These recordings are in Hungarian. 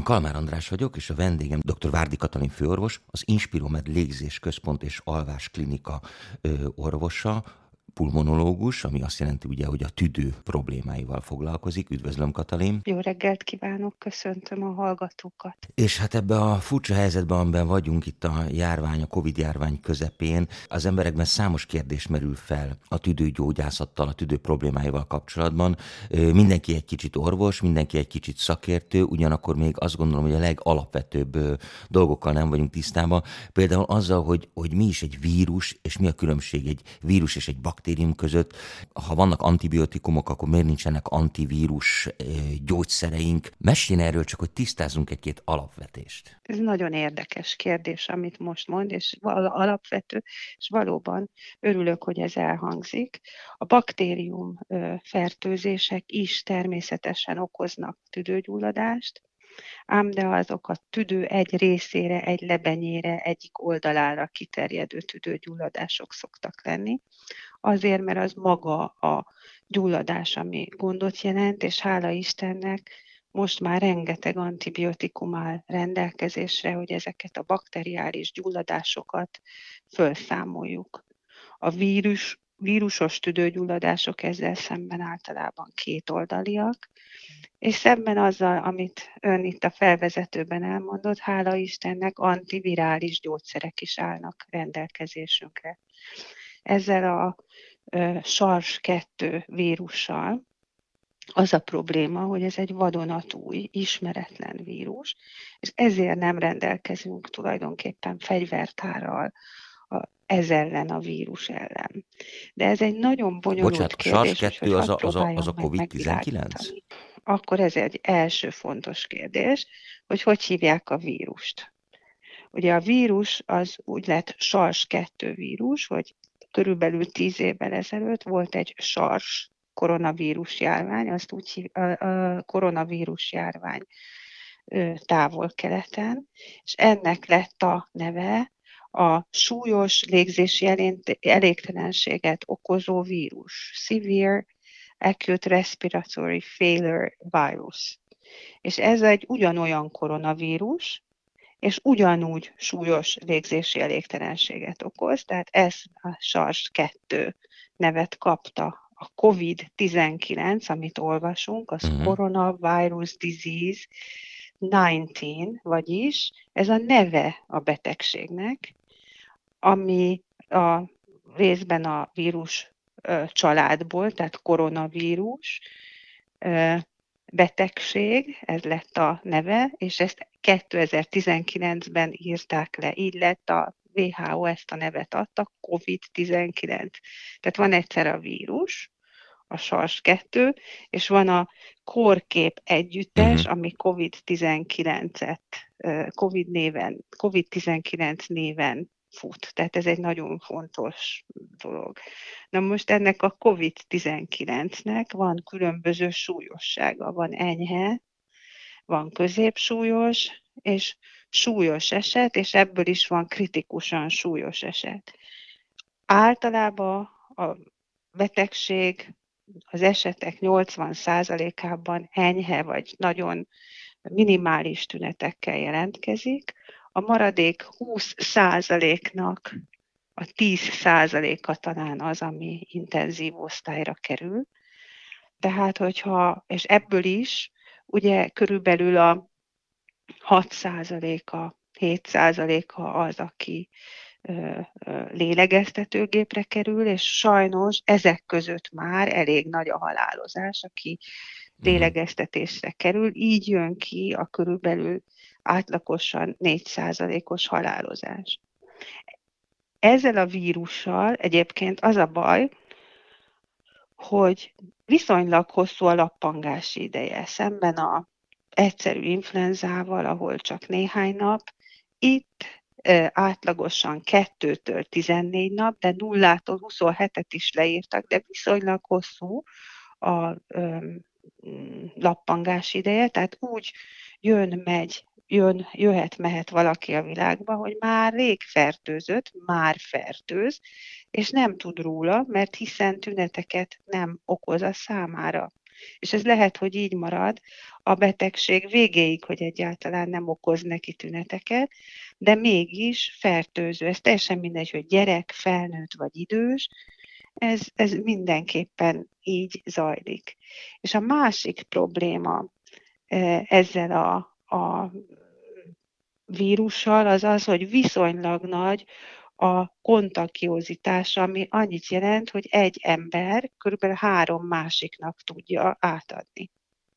Kalmár András vagyok, és a vendégem dr. Várdi Katalin főorvos, az Inspiromed Légzés Központ és Alvás Klinika orvosa, pulmonológus, ami azt jelenti ugye, hogy a tüdő problémáival foglalkozik. Üdvözlöm, Katalin! Jó reggelt kívánok, köszöntöm a hallgatókat! És hát ebben a furcsa helyzetben, amiben vagyunk itt a járvány, a Covid járvány közepén, az emberekben számos kérdés merül fel a tüdőgyógyászattal, a tüdő problémáival kapcsolatban. Mindenki egy kicsit orvos, mindenki egy kicsit szakértő, ugyanakkor még azt gondolom, hogy a legalapvetőbb dolgokkal nem vagyunk tisztában. Például azzal, hogy mi is egy vírus, és mi a különbség egy vírus és egy baktérium között. Ha vannak antibiotikumok, akkor miért nincsenek antivírus gyógyszereink? Mesélj erről, csak hogy tisztázzunk egy-két alapvetést. Ez nagyon érdekes kérdés, amit most mond, és alapvető, és valóban örülök, hogy ez elhangzik. A baktérium fertőzések is természetesen okoznak tüdőgyulladást, ám de azok a tüdő egy részére, egy lebenyére, egyik oldalára kiterjedő tüdőgyulladások szoktak lenni. Azért, mert az maga a gyulladás, ami gondot jelent, és hála Istennek most már rengeteg antibiotikum áll rendelkezésre, hogy ezeket a bakteriális gyulladásokat felszámoljuk. A vírusos tüdőgyulladások ezzel szemben általában kétoldaliak, és szemben azzal, amit ön itt a felvezetőben elmondott, hála Istennek antivirális gyógyszerek is állnak rendelkezésünkre. Ezzel a SARS-2 vírussal az a probléma, hogy ez egy vadonatúj, ismeretlen vírus, és ezért nem rendelkezünk tulajdonképpen fegyvertárral ez ellen, a vírus ellen. De ez egy nagyon bonyolult kérdés. SARS-2 az a COVID-19? Akkor ez egy első fontos kérdés, hogy hívják a vírust. Ugye a vírus az úgy lett SARS-2 vírus, hogy körülbelül 10 évvel ezelőtt volt egy SARS koronavírus járvány, azt úgy hívják, a koronavírus járvány távol-keleten, és ennek lett a neve a súlyos légzési elégtelenséget okozó vírus, Severe Acute Respiratory Failure Virus. És ez egy ugyanolyan koronavírus, és ugyanúgy súlyos légzési elégtelenséget okoz, tehát ez a SARS-2 nevet kapta. A COVID-19, amit olvasunk, az Coronavirus Disease 19, vagyis ez a neve a betegségnek, ami a részben a vírus családból, tehát koronavírus betegség, ez lett a neve, és ezt 2019-ben írták le, így lett a WHO ezt a nevet adta, COVID-19. Tehát van egyszer a vírus, a SARS-2, és van a kórkép együttes, ami COVID-19 néven fut. Tehát ez egy nagyon fontos dolog. Na most ennek a COVID-19-nek van különböző súlyossága. Van enyhe, van középsúlyos, és súlyos eset, és ebből is van kritikusan súlyos eset. Általában a betegség az esetek 80%-ában enyhe vagy nagyon minimális tünetekkel jelentkezik. A maradék 20%-nak a 10%-a talán az, ami intenzív osztályra kerül. Tehát, és ebből is ugye körülbelül a 6%-a, 7%-a az, aki lélegeztetőgépre kerül, és sajnos ezek között már elég nagy a halálozás, aki lélegeztetésre kerül, így jön ki a körülbelül átlagosan 4%-os halálozás. Ezzel a vírussal egyébként az a baj, hogy viszonylag hosszú a lappangási ideje, szemben az egyszerű influenzával, ahol csak néhány nap. Itt átlagosan 2-től 14 nap, de 0-tól 27-et is leírtak, de viszonylag hosszú a lappangás ideje, tehát úgy jöhet-mehet valaki a világba, hogy már rég fertőzött, már fertőz, és nem tud róla, mert hiszen tüneteket nem okoz a számára. És ez lehet, hogy így marad a betegség végéig, hogy egyáltalán nem okoz neki tüneteket, de mégis fertőző. Ez teljesen mindegy, hogy gyerek, felnőtt vagy idős, ez mindenképpen így zajlik. És a másik probléma ezzel a vírussal az az, hogy viszonylag nagy a kontakiozitás, ami annyit jelent, hogy egy ember körülbelül 3 másiknak tudja átadni.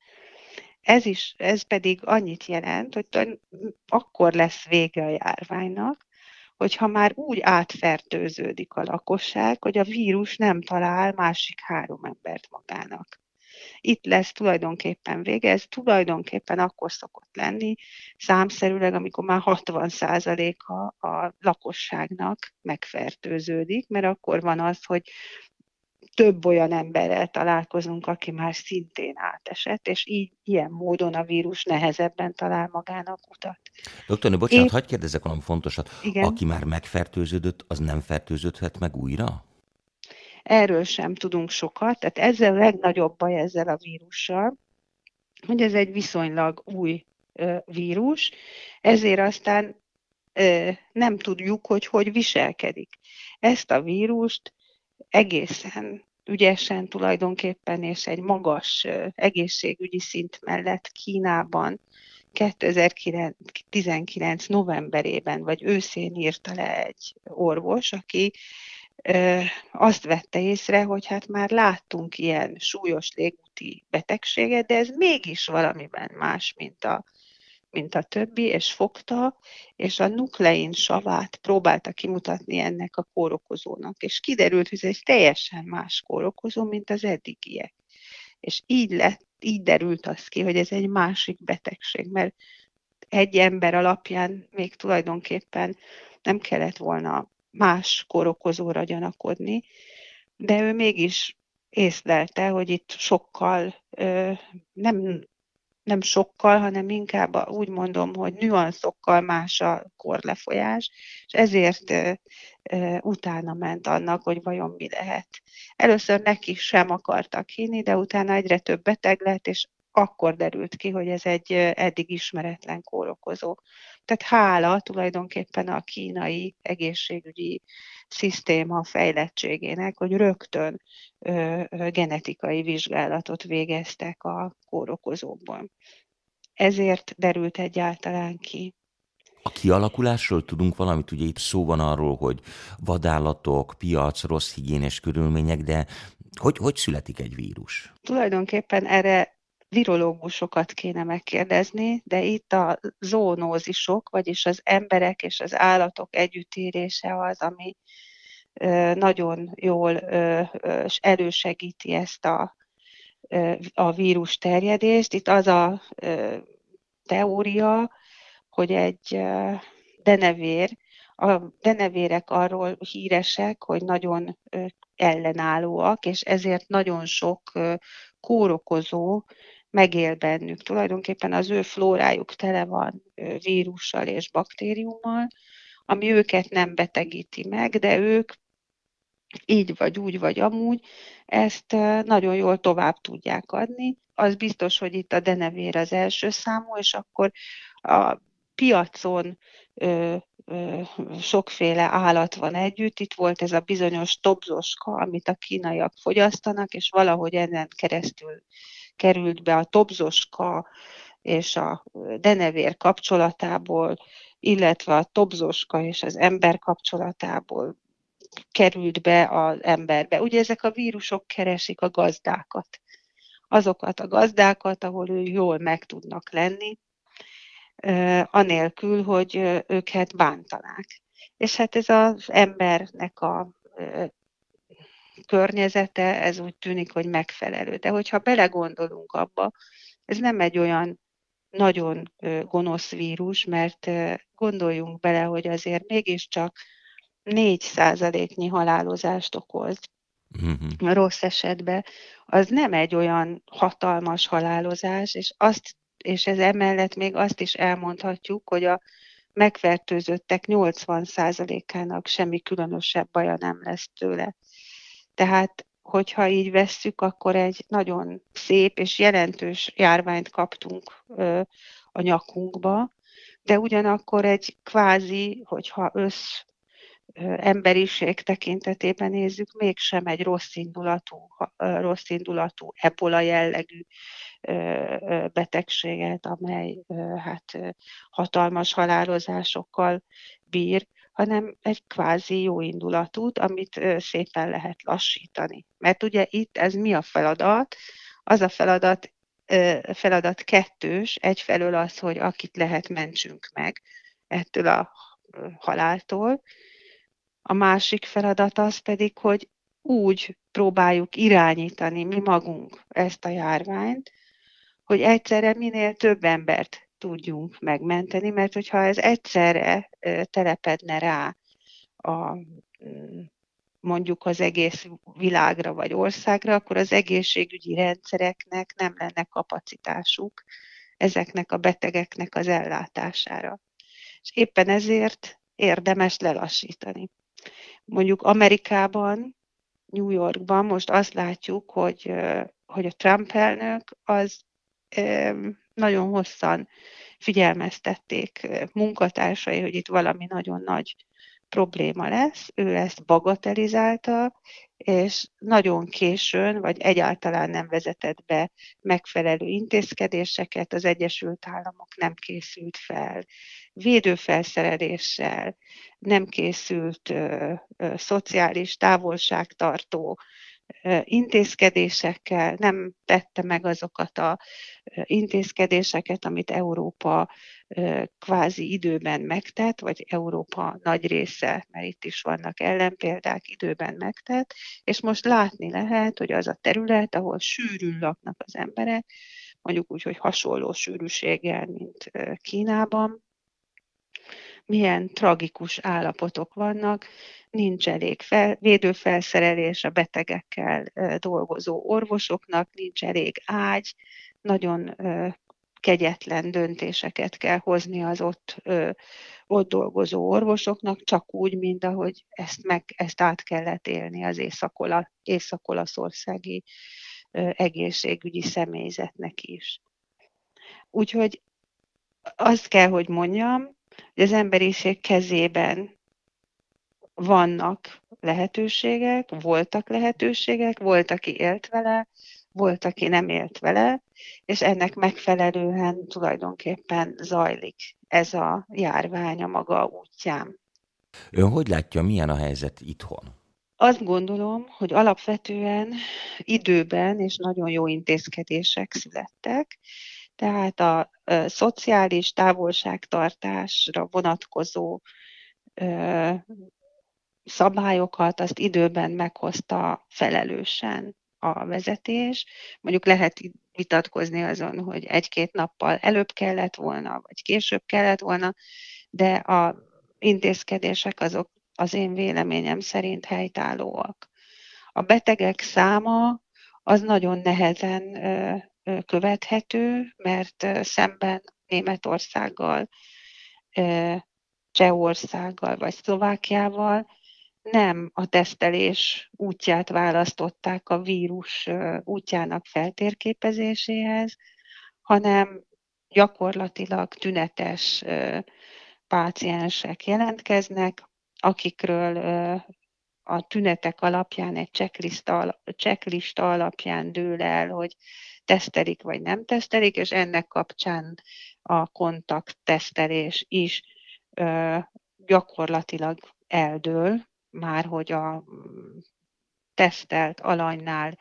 Ez pedig annyit jelent, hogy akkor lesz vége a járványnak, hogyha már úgy átfertőződik a lakosság, hogy a vírus nem talál másik 3 embert magának. Itt lesz tulajdonképpen vége, ez tulajdonképpen akkor szokott lenni számszerűleg, amikor már 60%-a a lakosságnak megfertőződik, mert akkor van az, hogy több olyan emberrel találkozunk, aki már szintén átesett, és így ilyen módon a vírus nehezebben talál magának utat. Doktornő, bocsánat, hadd kérdezzek valami fontosat. Igen. Aki már megfertőződött, az nem fertőződhet meg újra? Erről sem tudunk sokat, tehát ezzel a legnagyobb baj ezzel a vírussal, hogy ez egy viszonylag új vírus, ezért aztán nem tudjuk, hogy viselkedik. Ezt a vírust egészen ügyesen tulajdonképpen, és egy magas egészségügyi szint mellett Kínában 2019 novemberében vagy őszén írta le egy orvos, aki azt vette észre, hogy hát már láttunk ilyen súlyos légúti betegséget, de ez mégis valamiben más, mint a többi, és fogta, és a nuklein savát próbálta kimutatni ennek a kórokozónak, és kiderült, hogy ez egy teljesen más kórokozó, mint az eddigiek. És így derült az ki, hogy ez egy másik betegség, mert egy ember alapján még tulajdonképpen nem kellett volna más kórokozóra gyanakodni, de ő mégis észlelte, hogy itt sokkal, nem sokkal, hanem inkább úgy mondom, hogy nüanszokkal más a korlefolyás, és ezért utána ment annak, hogy vajon mi lehet. Először neki sem akartak hinni, de utána egyre több beteg lett, és akkor derült ki, hogy ez egy eddig ismeretlen kórokozó. Tehát hála tulajdonképpen a kínai egészségügyi szisztéma fejlettségének, hogy rögtön genetikai vizsgálatot végeztek a kórokozókban. Ezért derült egyáltalán ki. A kialakulásról tudunk valamit, ugye itt szó van arról, hogy vadállatok, piac, rossz higiénes körülmények, de hogy születik egy vírus? Tulajdonképpen erre virológusokat kéne megkérdezni, de itt a zoonózisok, vagyis az emberek és az állatok együttélése az, ami nagyon jól elősegíti ezt a vírus terjedést. Itt az a teória, hogy egy denevér, a denevérek arról híresek, hogy nagyon ellenállóak, és ezért nagyon sok kórokozó megél bennük. Tulajdonképpen az ő flórájuk tele van vírussal és baktériummal, ami őket nem betegíti meg, de ők így vagy úgy vagy amúgy ezt nagyon jól tovább tudják adni. Az biztos, hogy itt a denevér az első számú, és akkor a piacon sokféle állat van együtt. Itt volt ez a bizonyos tobzoska, amit a kínaiak fogyasztanak, és valahogy ennen keresztül került be a tobzoska és a denevér kapcsolatából, illetve a tobzoska és az ember kapcsolatából került be az emberbe. Ugye ezek a vírusok keresik a gazdákat. Azokat a gazdákat, ahol ő jól meg tudnak lenni, anélkül, hogy őket bántanák. És hát ez az embernek a környezete, ez úgy tűnik, hogy megfelelő. De hogyha belegondolunk abba, ez nem egy olyan nagyon gonosz vírus, mert gondoljunk bele, hogy azért mégiscsak 4%-nyi halálozást okoz. Rossz esetben, az nem egy olyan hatalmas halálozás, és ez emellett még azt is elmondhatjuk, hogy a megfertőzöttek 80%-ának semmi különösebb baja nem lesz tőle. Tehát, hogyha így vesszük, akkor egy nagyon szép és jelentős járványt kaptunk a nyakunkba, de ugyanakkor egy kvázi, hogyha emberiség tekintetében nézzük, mégsem egy rossz indulatú ebola jellegű betegséget, amely hát hatalmas halálozásokkal bír, hanem egy kvázi jó indulatút, amit szépen lehet lassítani. Mert ugye itt ez mi a feladat? Az a feladat kettős, egyfelől az, hogy akit lehet, mentsünk meg ettől a haláltól. A másik feladat az pedig, hogy úgy próbáljuk irányítani mi magunk ezt a járványt, hogy egyszerre minél több embert tudjunk megmenteni, mert hogyha ez egyszerre telepedne rá a, mondjuk az egész világra vagy országra, akkor az egészségügyi rendszereknek nem lenne kapacitásuk ezeknek a betegeknek az ellátására. És éppen ezért érdemes lelassítani. Mondjuk Amerikában, New Yorkban most azt látjuk, hogy a Trump elnök az nagyon hosszan figyelmeztették munkatársai, hogy itt valami nagyon nagy probléma lesz. Ő ezt bagatelizálta, és nagyon későn, vagy egyáltalán nem vezetett be megfelelő intézkedéseket, az Egyesült Államok nem készült fel védőfelszereléssel, nem készült szociális távolságtartó intézkedésekkel, nem tette meg azokat az intézkedéseket, amit Európa kvázi időben megtett, vagy Európa nagy része, mert itt is vannak ellenpéldák, időben megtett, és most látni lehet, hogy az a terület, ahol sűrűn laknak az emberek, mondjuk úgy, hogy hasonló sűrűséggel, mint Kínában, milyen tragikus állapotok vannak, nincs elég védőfelszerelés a betegekkel dolgozó orvosoknak, nincs elég ágy, nagyon kegyetlen döntéseket kell hozni az ott dolgozó orvosoknak, csak úgy, mint ahogy ezt át kellett élni az észak-olaszországi egészségügyi személyzetnek is. Úgyhogy azt kell, hogy mondjam, hogy az emberiség kezében vannak lehetőségek, volt, aki élt vele, volt, aki nem élt vele, és ennek megfelelően tulajdonképpen zajlik ez a járvány a maga útján. Ön hogy látja, milyen a helyzet itthon? Azt gondolom, hogy alapvetően időben és nagyon jó intézkedések születtek, tehát a szociális távolságtartásra vonatkozó szabályokat azt időben meghozta felelősen a vezetés. Mondjuk lehet vitatkozni azon, hogy 1-2 nappal előbb kellett volna, vagy később kellett volna, de az intézkedések azok az én véleményem szerint helytállóak. A betegek száma az nagyon nehezen követhető, mert szemben Németországgal, Csehországgal vagy Szlovákiával nem a tesztelés útját választották a vírus útjának feltérképezéséhez, hanem gyakorlatilag tünetes páciensek jelentkeznek, akikről a tünetek alapján egy checklista alapján dől el, hogy tesztelik vagy nem tesztelik, és ennek kapcsán a kontakttesztelés is gyakorlatilag eldől, már hogy a tesztelt alanynál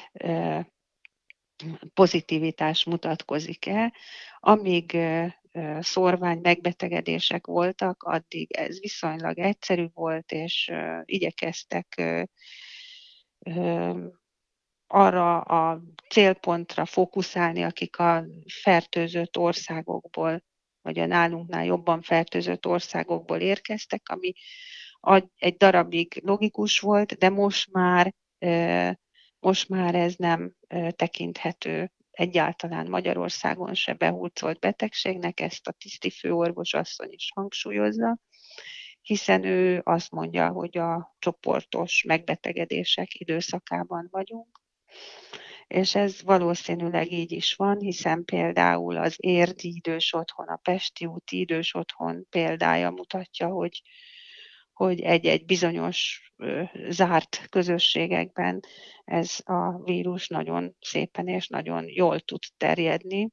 pozitivitás mutatkozik-e. Amíg szórvány megbetegedések voltak, addig ez viszonylag egyszerű volt, és igyekeztek arra a célpontra fókuszálni, akik a fertőzött országokból, vagy a nálunknál jobban fertőzött országokból érkeztek, ami egy darabig logikus volt, de most már ez nem tekinthető egyáltalán Magyarországon se behurcolt betegségnek, ezt a tiszti főorvos asszony is hangsúlyozza, hiszen ő azt mondja, hogy a csoportos megbetegedések időszakában vagyunk, és ez valószínűleg így is van, hiszen például az érdi idős otthon, a pesti úti idős otthon példája mutatja, hogy egy-egy bizonyos zárt közösségekben ez a vírus nagyon szépen és nagyon jól tud terjedni,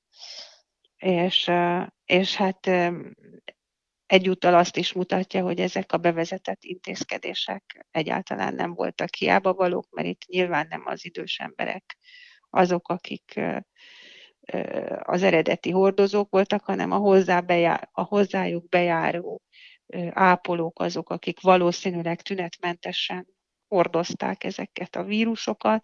és hát egyúttal azt is mutatja, hogy ezek a bevezetett intézkedések egyáltalán nem voltak hiábavalók, mert itt nyilván nem az idős emberek azok, akik az eredeti hordozók voltak, hanem a hozzájuk bejáró ápolók azok, akik valószínűleg tünetmentesen hordozták ezeket a vírusokat,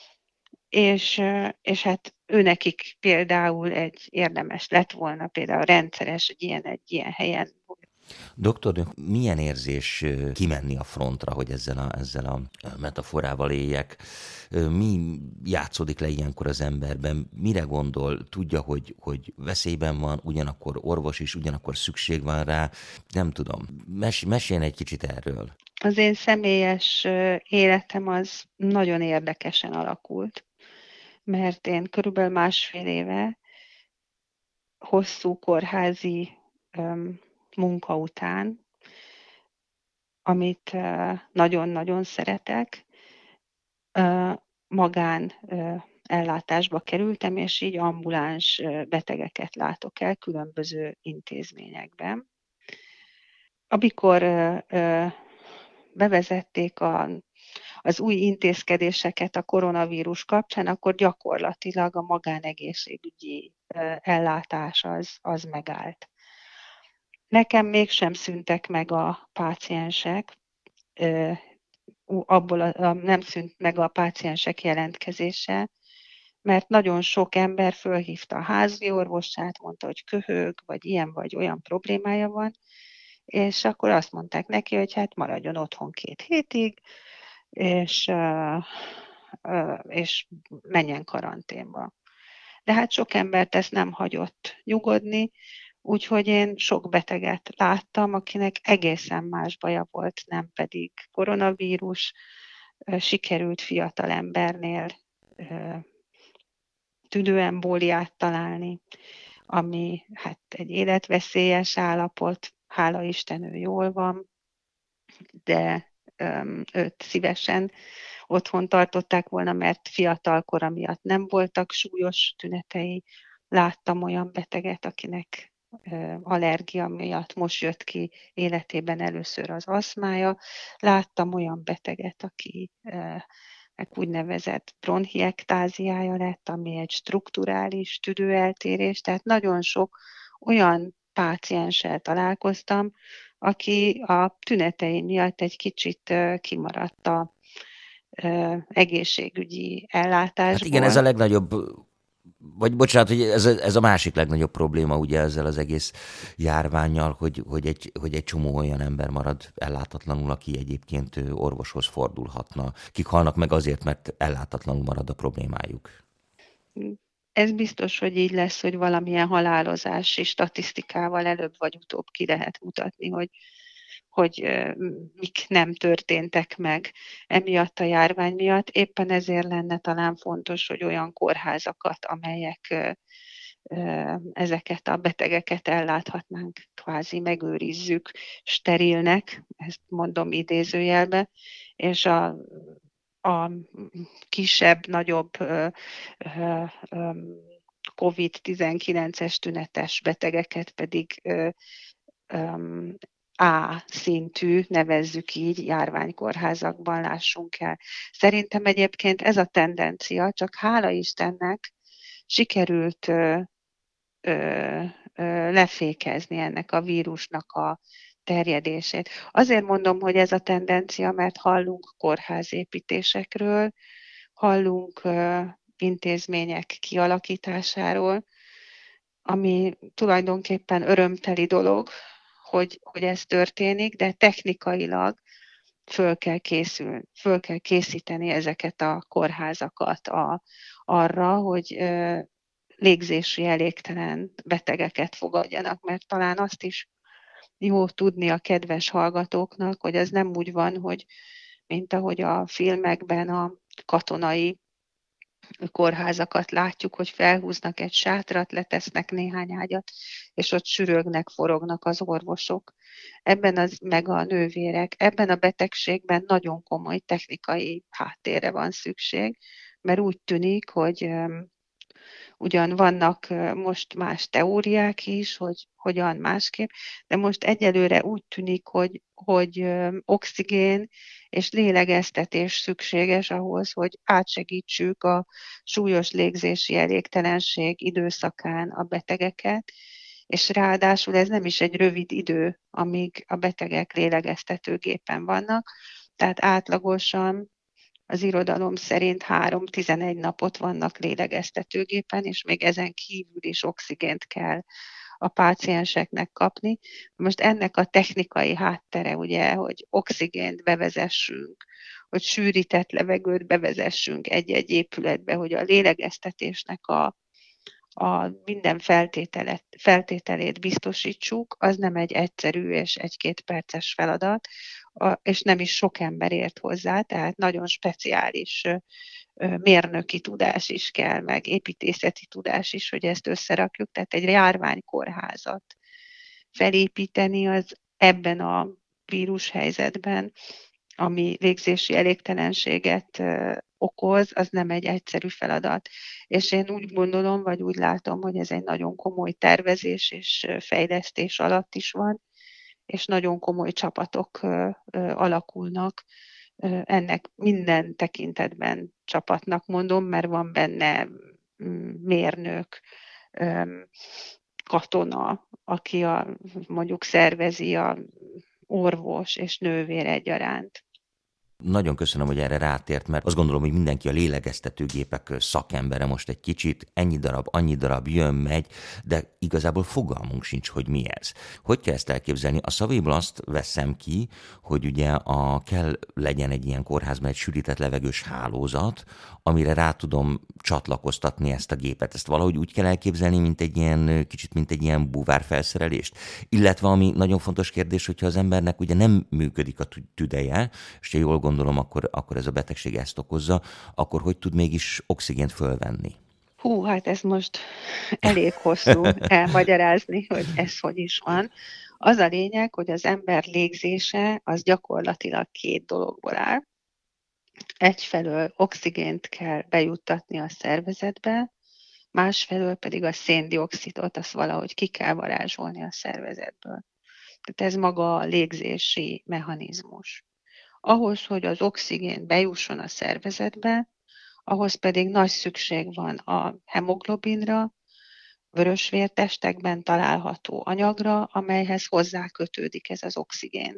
és hát őnekik például érdemes lett volna például rendszeres egy ilyen helyen. Doktor, milyen érzés kimenni a frontra, hogy ezzel a metaforával éljek? Mi játszódik le ilyenkor az emberben? Mire gondol? Tudja, hogy veszélyben van, ugyanakkor orvos is, ugyanakkor szükség van rá? Nem tudom. Meséljen egy kicsit erről. Az én személyes életem az nagyon érdekesen alakult, mert én körülbelül 1,5 éve hosszú kórházi munka után, amit nagyon-nagyon szeretek, magán ellátásba kerültem, és így ambuláns betegeket látok el különböző intézményekben. Amikor bevezették az új intézkedéseket a koronavírus kapcsán, akkor gyakorlatilag a magánegészségügyi ellátás az megállt. Nekem mégsem szűntek meg a páciensek, nem szűnt meg a páciensek jelentkezése, mert nagyon sok ember fölhívta a házi orvosát, mondta, hogy köhög, vagy ilyen vagy olyan problémája van, és akkor azt mondták neki, hogy hát maradjon otthon 2 hétig, és menjen karanténba. De hát sok embert ezt nem hagyott nyugodni, úgyhogy én sok beteget láttam, akinek egészen más baja volt, nem pedig koronavírus. Sikerült fiatal embernél tüdőembóliát találni, ami hát egy életveszélyes állapot, hála Isten ő jól van, de őt szívesen otthon tartották volna, mert fiatal kora miatt nem voltak súlyos tünetei. Láttam olyan beteget, akinek allergia miatt most jött ki életében először az aszmája. Láttam olyan beteget, akinek úgynevezett bronchiektáziája lett, ami egy strukturális tüdőeltérés, tehát nagyon sok olyan pácienssel találkoztam, aki a tünetei miatt egy kicsit kimaradt a egészségügyi ellátásból. Hát igen, ez a legnagyobb, vagy bocsánat, hogy ez a másik legnagyobb probléma ugye ezzel az egész járvánnyal, hogy egy csomó olyan ember marad ellátatlanul, aki egyébként orvoshoz fordulhatna. Kik halnak meg azért, mert ellátatlanul marad a problémájuk. Ez biztos, hogy így lesz, hogy valamilyen halálozási statisztikával előbb vagy utóbb ki lehet mutatni, hogy mik nem történtek meg emiatt a járvány miatt. Éppen ezért lenne talán fontos, hogy olyan kórházakat, amelyek ezeket a betegeket elláthatnánk, kvázi megőrizzük sterilnek, ezt mondom idézőjelbe, és a kisebb, nagyobb COVID-19-es tünetes betegeket pedig A szintű, nevezzük így, járványkórházakban lássunk el. Szerintem egyébként ez a tendencia, csak hála Istennek sikerült lefékezni ennek a vírusnak a terjedését. Azért mondom, hogy ez a tendencia, mert hallunk kórházépítésekről, hallunk intézmények kialakításáról, ami tulajdonképpen örömteli dolog, hogy ez történik, de technikailag föl kell készíteni ezeket a kórházakat arra, hogy légzési elégtelen betegeket fogadjanak, mert talán azt is jó tudni a kedves hallgatóknak, hogy az nem úgy van, hogy mint ahogy a filmekben a katonai kórházakat látjuk, hogy felhúznak egy sátrat, letesznek néhány ágyat, és ott sürögnek, forognak az orvosok. Meg a nővérek, ebben a betegségben nagyon komoly technikai háttérre van szükség, mert úgy tűnik, hogy ugyan vannak most más teóriák is, hogy hogyan másképp, de most egyelőre úgy tűnik, hogy oxigén és lélegeztetés szükséges ahhoz, hogy átsegítsük a súlyos légzési elégtelenség időszakán a betegeket, és ráadásul ez nem is egy rövid idő, amíg a betegek lélegeztetőgépen vannak, tehát átlagosan az irodalom szerint 3-11 napot vannak lélegeztetőgépen, és még ezen kívül is oxigént kell a pácienseknek kapni. Most ennek a technikai háttere, ugye, hogy oxigént bevezessünk, hogy sűrített levegőt bevezessünk egy-egy épületbe, hogy a lélegeztetésnek a minden feltételét biztosítsuk, az nem egy egyszerű és 1-2 perces feladat, és nem is sok ember ért hozzá, tehát nagyon speciális mérnöki tudás is kell, meg építészeti tudás is, hogy ezt összerakjuk, tehát egy járványkórházat felépíteni az ebben a vírushelyzetben, ami légzési elégtelenséget okoz, az nem egy egyszerű feladat. És én úgy gondolom, vagy úgy látom, hogy ez egy nagyon komoly tervezés és fejlesztés alatt is van, és nagyon komoly csapatok alakulnak. Ennek minden tekintetben csapatnak mondom, mert van benne mérnök, katona, aki mondjuk szervezi a orvos és nővér egyaránt. Nagyon köszönöm, hogy erre rátért, mert azt gondolom, hogy mindenki a lélegeztetőgépek szakembere most egy kicsit, ennyi darab, annyi darab jön, megy, de igazából fogalmunk sincs, hogy mi ez. Hogy kell ezt elképzelni? A szavaiból azt veszem ki, hogy ugye kell legyen egy ilyen kórházban egy sűrített levegős hálózat, amire rá tudom csatlakoztatni ezt a gépet. Ezt valahogy úgy kell elképzelni, mint egy ilyen búvárfelszerelést. Illetve ami nagyon fontos kérdés, hogyha az embernek ugye nem működik a tüdeje, és ha jól gondolom, akkor ez a betegség ezt okozza, akkor hogy tud mégis oxigént fölvenni? Hú, hát ez most elég hosszú elmagyarázni, hogy ez hogy is van. Az a lényeg, hogy az ember légzése az gyakorlatilag 2 dologból áll. Egyfelől oxigént kell bejuttatni a szervezetbe, másfelől pedig a széndioxidot, azt valahogy ki kell varázsolni a szervezetből. Tehát ez maga a légzési mechanizmus. Ahhoz, hogy az oxigén bejusson a szervezetbe, ahhoz pedig nagy szükség van a hemoglobinra, vörösvértestekben található anyagra, amelyhez hozzákötődik ez az oxigén,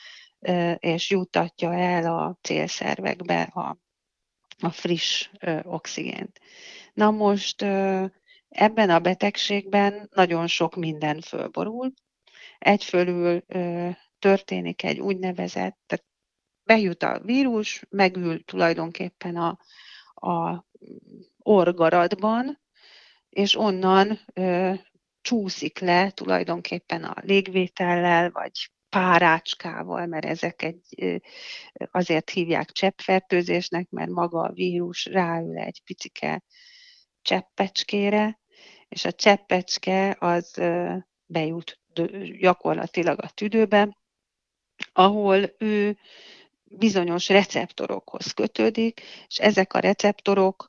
és juttatja el a célszervekbe a friss oxigént. Na most ebben a betegségben nagyon sok minden fölborul. Egyfelől történik egy úgynevezett, tehát bejut a vírus, megül tulajdonképpen a orgaradban, és onnan csúszik le tulajdonképpen a légvétellel, vagy párácskával, mert ezek azért hívják cseppfertőzésnek, mert maga a vírus ráül egy picike cseppecskére, és a cseppecske az bejut gyakorlatilag a tüdőbe, ahol ő bizonyos receptorokhoz kötődik, és ezek a receptorok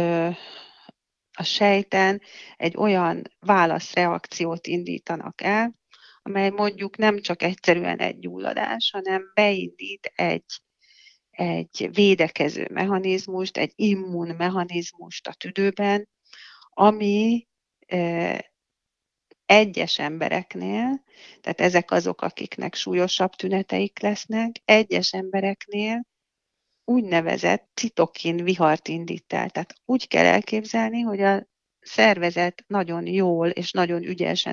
a sejten egy olyan válaszreakciót indítanak el, amely mondjuk nem csak egyszerűen egy gyulladás, hanem beindít egy védekező mechanizmust, egy immunmechanizmust a tüdőben, ami egyes embereknél, tehát ezek azok, akiknek súlyosabb tüneteik lesznek, egyes embereknél úgynevezett citokin vihart indít el. Tehát úgy kell elképzelni, hogy a szervezet nagyon jól és nagyon ügyesen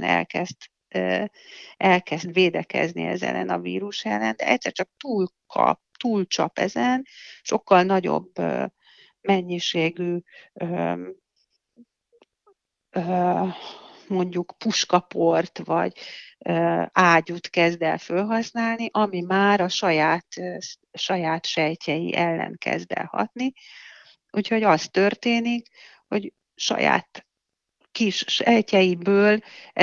elkezd védekezni ezzel ellen a vírus ellen, de egyszer csak túlcsap ezen, sokkal nagyobb mennyiségű mondjuk puskaport, vagy ágyút kezd el felhasználni, ami már a saját sejtjei ellen kezd el hatni. Úgyhogy az történik, hogy saját kis sejtjeiből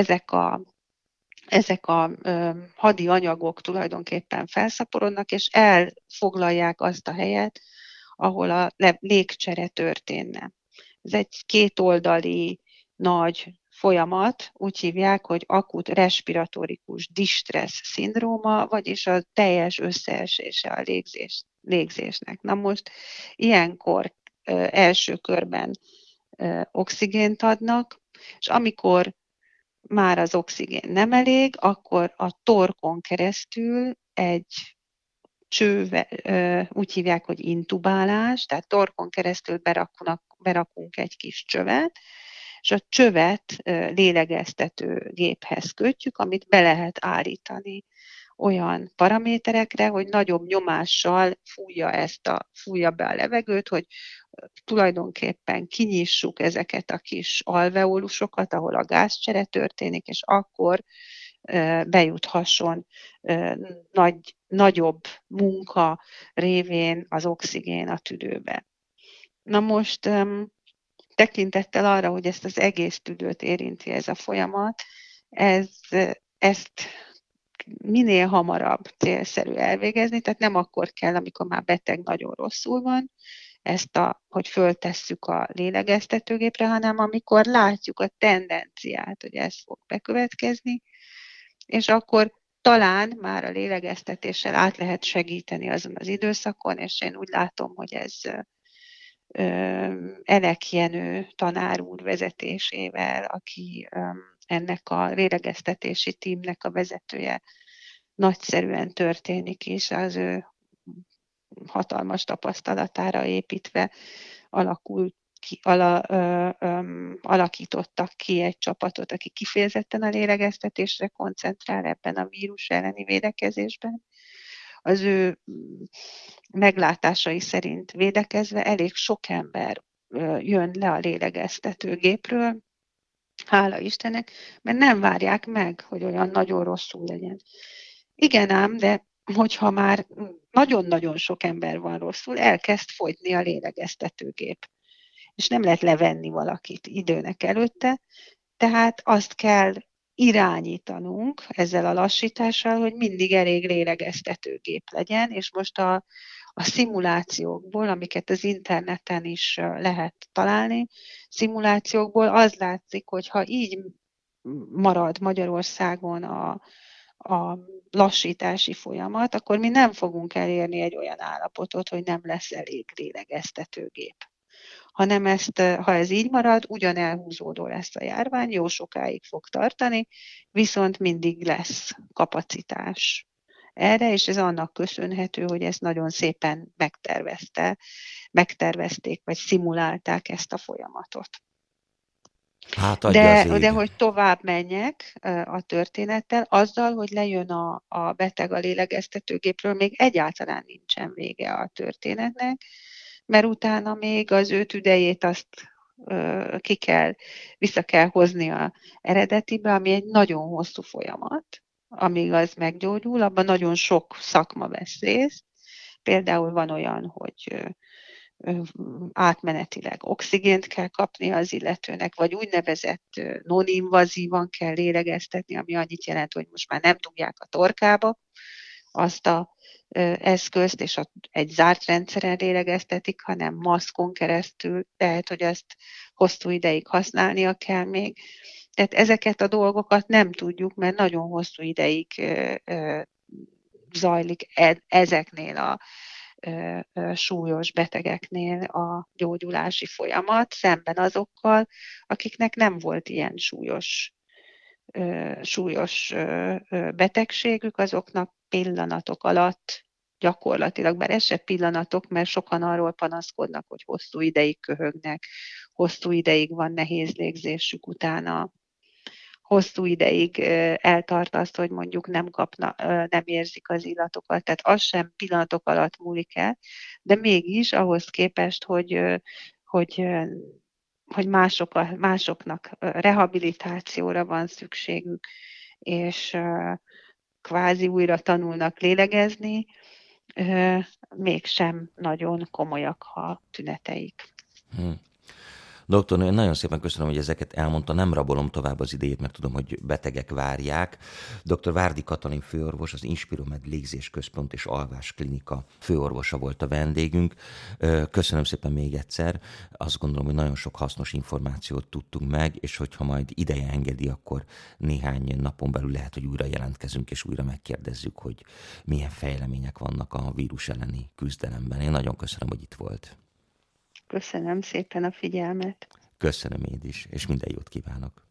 ezek a hadi anyagok tulajdonképpen felszaporodnak, és elfoglalják azt a helyet, ahol a légcsere történne. Ez egy kétoldali nagy folyamat, úgy hívják, hogy akut respiratórikus distress szindróma, vagyis a teljes összeesése a légzésnek. Na most ilyenkor első körben oxigént adnak, és amikor már az oxigén nem elég, akkor a torkon keresztül egy csővel, úgy hívják, hogy intubálás, tehát torkon keresztül berakunk egy kis csövet, és a csövet lélegeztető géphez kötjük, amit be lehet állítani olyan paraméterekre, hogy nagyobb nyomással fújja be a levegőt, hogy tulajdonképpen kinyissuk ezeket a kis alveolusokat, ahol a gázcsere történik, és akkor bejuthasson nagyobb munka révén az oxigén a tüdőbe. Na most tekintettel arra, hogy ezt az egész tüdőt érinti ez a folyamat, ezt minél hamarabb célszerű elvégezni, tehát nem akkor kell, amikor már beteg nagyon rosszul van, hogy föltesszük a lélegeztetőgépre, hanem amikor látjuk a tendenciát, hogy ez fog bekövetkezni, és akkor talán már a lélegeztetéssel át lehet segíteni azon az időszakon, és én úgy látom, hogy ez Elek Jenő tanár úr vezetésével, aki ennek a lélegeztetési tímnek a vezetője, nagyszerűen történik, és az ő hatalmas tapasztalatára építve alakítottak ki egy csapatot, aki kifejezetten a lélegeztetésre koncentrál ebben a vírus elleni védekezésben. Az ő meglátásai szerint védekezve elég sok ember jön le a lélegeztetőgépről, hála Istennek, mert nem várják meg, hogy olyan nagyon rosszul legyen. Igen ám, de hogyha már nagyon-nagyon sok ember van rosszul, elkezd fogyni a lélegeztetőgép. És nem lehet levenni valakit időnek előtte, tehát azt kell irányítanunk ezzel a lassítással, hogy mindig elég lélegeztetőgép legyen, és most a szimulációkból, amiket az interneten is lehet találni, szimulációkból az látszik, hogy ha így marad Magyarországon a lassítási folyamat, akkor mi nem fogunk elérni egy olyan állapotot, hogy nem lesz elég lélegeztetőgép. Hanem ha ez így marad, ugyan elhúzódó lesz a járvány, jó sokáig fog tartani, viszont mindig lesz kapacitás erre, és ez annak köszönhető, hogy ezt nagyon szépen megtervezték, vagy szimulálták ezt a folyamatot. Hát de hogy tovább menjek a történettel, azzal, hogy lejön a beteg a lélegeztetőgépről, még egyáltalán nincsen vége a történetnek, mert utána még az ő tüdejét azt vissza kell hozni a eredetibe, ami egy nagyon hosszú folyamat, amíg az meggyógyul, abban nagyon sok szakma vesz részt. Például van olyan, hogy átmenetileg oxigént kell kapni az illetőnek, vagy úgynevezett non-invazívan kell lélegeztetni, ami annyit jelent, hogy most már nem dugják a torkába azt a eszközt, és egy zárt rendszeren lélegeztetik, hanem maszkon keresztül, lehet, hogy ezt hosszú ideig használnia kell még. Tehát ezeket a dolgokat nem tudjuk, mert nagyon hosszú ideig zajlik ezeknél a súlyos betegeknél a gyógyulási folyamat, szemben azokkal, akiknek nem volt ilyen súlyos betegségük, azoknak pillanatok alatt gyakorlatilag, bár ez se pillanatok, mert sokan arról panaszkodnak, hogy hosszú ideig köhögnek, hosszú ideig van nehéz légzésük utána, hosszú ideig eltart azt, hogy mondjuk nem érzik az illatokat, tehát az sem pillanatok alatt múlik el, de mégis ahhoz képest, hogy hogy másoknak rehabilitációra van szükségük, és kvázi újra tanulnak lélegezni, mégsem nagyon komolyak a tüneteik. Doktornő, én nagyon szépen köszönöm, hogy ezeket elmondta, nem rabolom tovább az idejét, mert tudom, hogy betegek várják. Dr. Várdi Katalin főorvos, az Inspiromed Légzésközpont és Alvás Klinika főorvosa volt a vendégünk. Köszönöm szépen még egyszer. Azt gondolom, hogy nagyon sok hasznos információt tudtunk meg, és hogyha majd ideje engedi, akkor néhány napon belül lehet, hogy újra jelentkezünk, és újra megkérdezzük, hogy milyen fejlemények vannak a vírus elleni küzdelemben. Én nagyon köszönöm, hogy itt volt. Köszönöm szépen a figyelmet. Köszönöm én is, és minden jót kívánok.